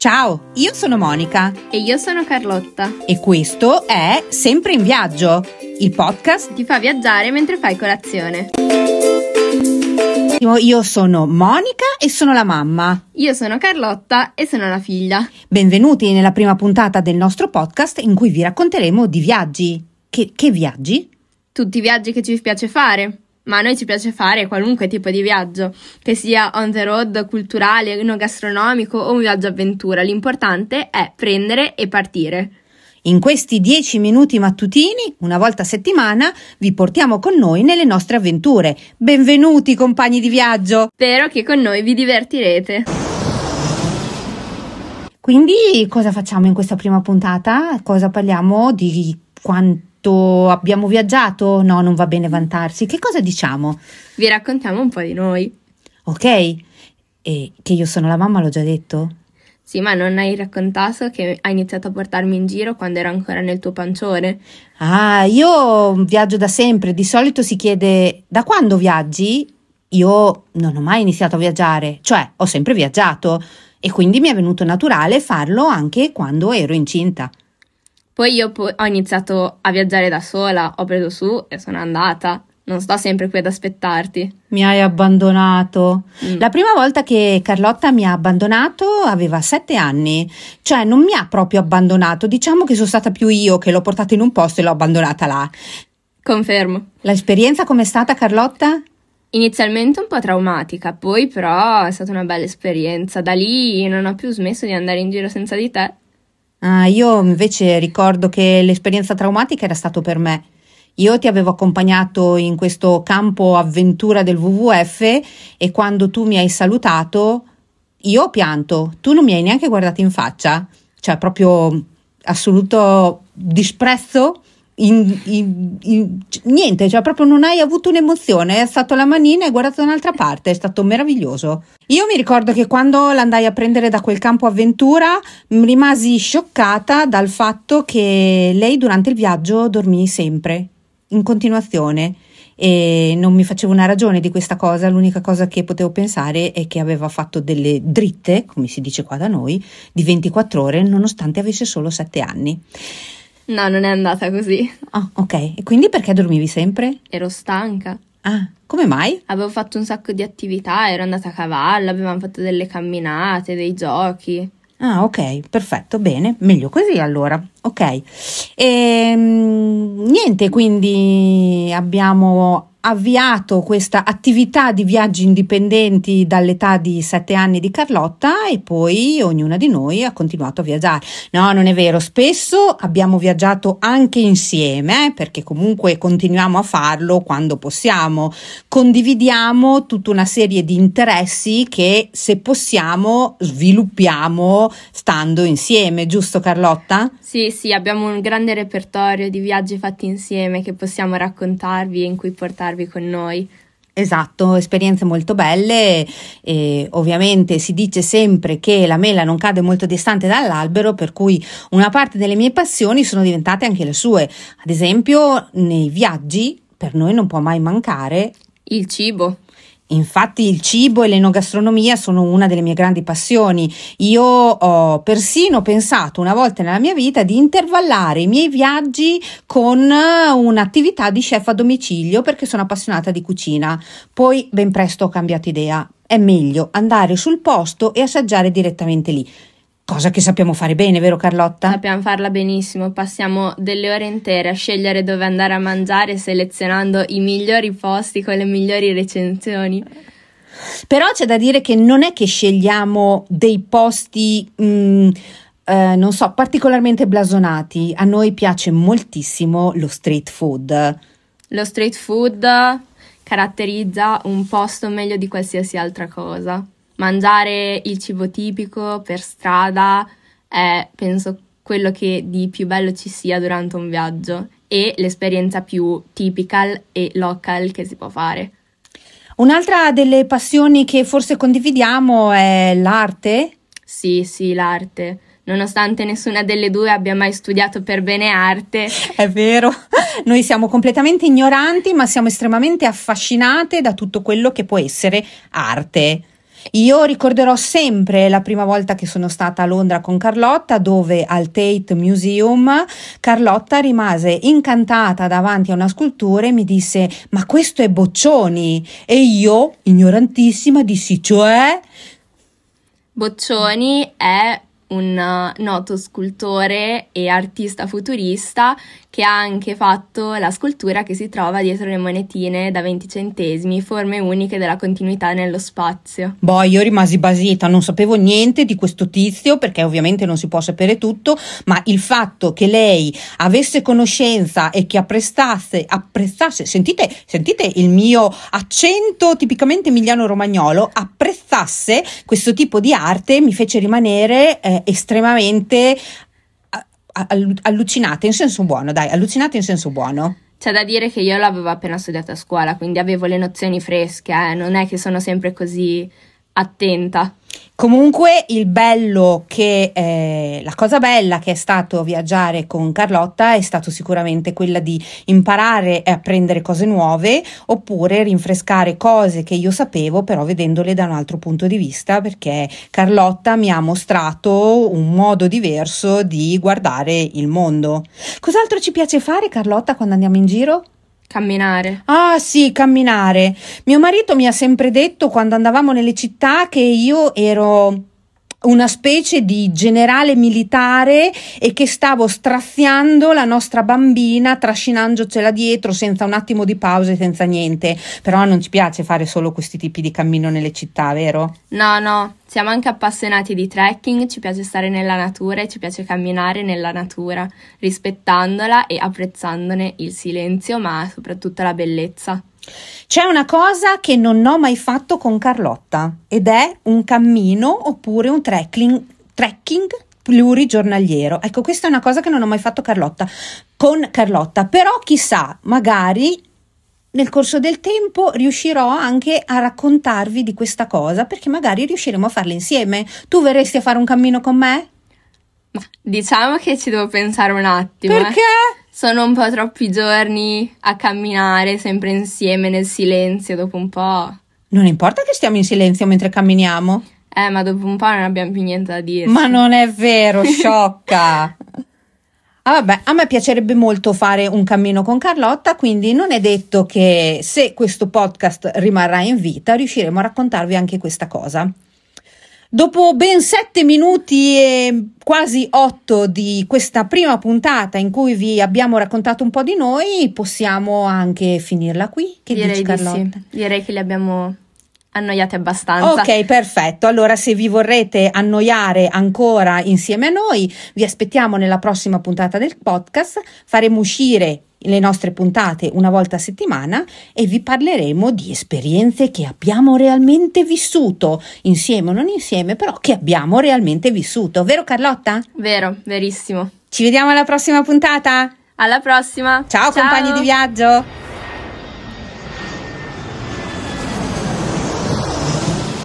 Ciao, io sono Monica E io sono Carlotta. e questo è Sempre in Viaggio, il podcast. Ti fa viaggiare mentre fai colazione. Io sono Monica e sono la mamma. Io sono Carlotta e sono la figlia. Benvenuti nella prima puntata del nostro podcast in cui vi racconteremo di viaggi. Che viaggi? Tutti i viaggi che ci piace fare. Ma a noi ci piace fare qualunque tipo di viaggio, che sia on the road, culturale, enogastronomico o un viaggio avventura. L'importante è prendere e partire. In questi 10 minuti mattutini, una volta a settimana, vi portiamo con noi nelle nostre avventure. Benvenuti compagni di viaggio! Spero che con noi vi divertirete. Quindi cosa facciamo in questa prima puntata? Cosa parliamo? Di quanto abbiamo viaggiato? No, non va bene vantarsi. Che cosa diciamo? Vi raccontiamo un po' di noi. Ok? E che io sono la mamma, l'ho già detto? Sì, ma non hai raccontato che hai iniziato a portarmi in giro quando ero ancora nel tuo pancione? Ah, io viaggio da sempre. Di solito si chiede da quando viaggi? Io non ho mai iniziato a viaggiare, cioè ho sempre viaggiato e quindi mi è venuto naturale farlo anche quando ero incinta. Poi io ho iniziato a viaggiare da sola, ho preso su e sono andata. Non sto sempre qui ad aspettarti. Mi hai abbandonato. La prima volta che Carlotta mi ha abbandonato aveva 7 anni, cioè non mi ha proprio abbandonato, diciamo che sono stata più io che l'ho portata in un posto e l'ho abbandonata là. Confermo. L'esperienza com'è stata, Carlotta? Inizialmente un po' traumatica, poi però è stata una bella esperienza. Da lì non ho più smesso di andare in giro senza di te. Ah, io invece ricordo che l'esperienza traumatica era stato per me. Io ti avevo accompagnato in questo campo avventura del WWF e quando tu mi hai salutato, io ho pianto. Tu non mi hai neanche guardato in faccia, cioè proprio assoluto disprezzo. Niente, cioè proprio non hai avuto un'emozione, è stato la manina e hai guardato da un'altra parte, è stato meraviglioso. Io mi ricordo che quando l'andai a prendere da quel campo avventura mi rimasi scioccata dal fatto che lei durante il viaggio dormì sempre, in continuazione, e non mi facevo una ragione di questa cosa. L'unica cosa che potevo pensare è che aveva fatto delle dritte, come si dice qua da noi, di 24 ore nonostante avesse solo 7 anni. No, non è andata così. Ah, ok. E quindi perché dormivi sempre? Ero stanca. Ah, come mai? Avevo fatto un sacco di attività, ero andata a cavallo, avevamo fatto delle camminate, dei giochi. Ah, ok, perfetto, bene, meglio così allora, ok. Niente, quindi abbiamo avviato questa attività di viaggi indipendenti dall'età di 7 anni di Carlotta e poi ognuna di noi ha continuato a viaggiare. No, non è vero, spesso abbiamo viaggiato anche insieme, perché comunque continuiamo a farlo quando possiamo. Condividiamo tutta una serie di interessi che, se possiamo, sviluppiamo stando insieme, giusto Carlotta? Sì, abbiamo un grande repertorio di viaggi fatti insieme che possiamo raccontarvi e in cui portarvi con noi. Esatto, esperienze molto belle e ovviamente si dice sempre che la mela non cade molto distante dall'albero, per cui una parte delle mie passioni sono diventate anche le sue. Ad esempio, nei viaggi per noi non può mai mancare Il cibo. Infatti il cibo e l'enogastronomia sono una delle mie grandi passioni. Io ho persino pensato una volta nella mia vita di intervallare i miei viaggi con un'attività di chef a domicilio perché sono appassionata di cucina. Poi ben presto ho cambiato idea. È meglio andare sul posto e assaggiare direttamente lì. Cosa che sappiamo fare bene, vero Carlotta? Sappiamo farla benissimo, passiamo delle ore intere a scegliere dove andare a mangiare selezionando i migliori posti con le migliori recensioni. Però c'è da dire che non è che scegliamo dei posti, non so, particolarmente blasonati. A noi piace moltissimo lo street food. Lo street food caratterizza un posto meglio di qualsiasi altra cosa. Mangiare il cibo tipico per strada è, penso, quello che di più bello ci sia durante un viaggio e l'esperienza più typical e local che si può fare. Un'altra delle passioni che forse condividiamo è l'arte. Sì, l'arte. Nonostante nessuna delle due abbia mai studiato per bene arte. È vero, noi siamo completamente ignoranti, ma siamo estremamente affascinate da tutto quello che può essere arte. Io ricorderò sempre la prima volta che sono stata a Londra con Carlotta, dove al Tate Museum Carlotta rimase incantata davanti a una scultura e mi disse: ma questo è Boccioni? E io, ignorantissima, dissi: cioè? Boccioni è un noto scultore e artista futurista che ha anche fatto la scultura che si trova dietro le monetine da 20 centesimi, forme uniche della continuità nello spazio. Boh, io rimasi basita, non sapevo niente di questo tizio, perché ovviamente non si può sapere tutto, ma il fatto che lei avesse conoscenza e che apprezzasse, sentite il mio accento tipicamente emiliano-romagnolo, apprezzasse questo tipo di arte mi fece rimanere estremamente allucinata in senso buono, allucinata in senso buono. C'è da dire che io l'avevo appena studiata a scuola, quindi avevo le nozioni fresche, non è che sono sempre così attenta. Comunque la cosa bella che è stato viaggiare con Carlotta è stato sicuramente quella di imparare e apprendere cose nuove, oppure rinfrescare cose che io sapevo però vedendole da un altro punto di vista, perché Carlotta mi ha mostrato un modo diverso di guardare il mondo. Cos'altro ci piace fare, Carlotta, quando andiamo in giro? Camminare. Ah sì, camminare. Mio marito mi ha sempre detto, quando andavamo nelle città, che io ero una specie di generale militare e che stavo straziando la nostra bambina, trascinandocela dietro senza un attimo di pausa e senza niente. Però non ci piace fare solo questi tipi di cammino nelle città, vero? No, siamo anche appassionati di trekking, ci piace stare nella natura e ci piace camminare nella natura, rispettandola e apprezzandone il silenzio, ma soprattutto la bellezza. C'è una cosa che non ho mai fatto con Carlotta ed è un cammino oppure un trekking plurigiornaliero. Ecco, questa è una cosa che non ho mai fatto con Carlotta, però chissà, magari nel corso del tempo riuscirò anche a raccontarvi di questa cosa, perché magari riusciremo a farla insieme. Tu verresti a fare un cammino con me? Ma diciamo che ci devo pensare un attimo. Perché? Sono un po' troppi giorni a camminare sempre insieme nel silenzio, dopo un po'. Non importa che stiamo in silenzio mentre camminiamo. Ma dopo un po' non abbiamo più niente da dire. Ma non è vero, sciocca! Vabbè, a me piacerebbe molto fare un cammino con Carlotta, quindi non è detto che, se questo podcast rimarrà in vita, riusciremo a raccontarvi anche questa cosa. Dopo ben 7 minuti e quasi 8 di questa prima puntata in cui vi abbiamo raccontato un po' di noi, possiamo anche finirla qui. Che dici, Carlotta? Di sì. Direi che li abbiamo annoiati abbastanza. Ok, perfetto. Allora, se vi vorrete annoiare ancora insieme a noi, vi aspettiamo nella prossima puntata del podcast. Faremo uscire le nostre puntate una volta a settimana e vi parleremo di esperienze che abbiamo realmente vissuto, insieme o non insieme, però che abbiamo realmente vissuto. Vero, Carlotta? Vero, verissimo. Ci vediamo alla prossima puntata. Alla prossima. Ciao. Compagni di viaggio.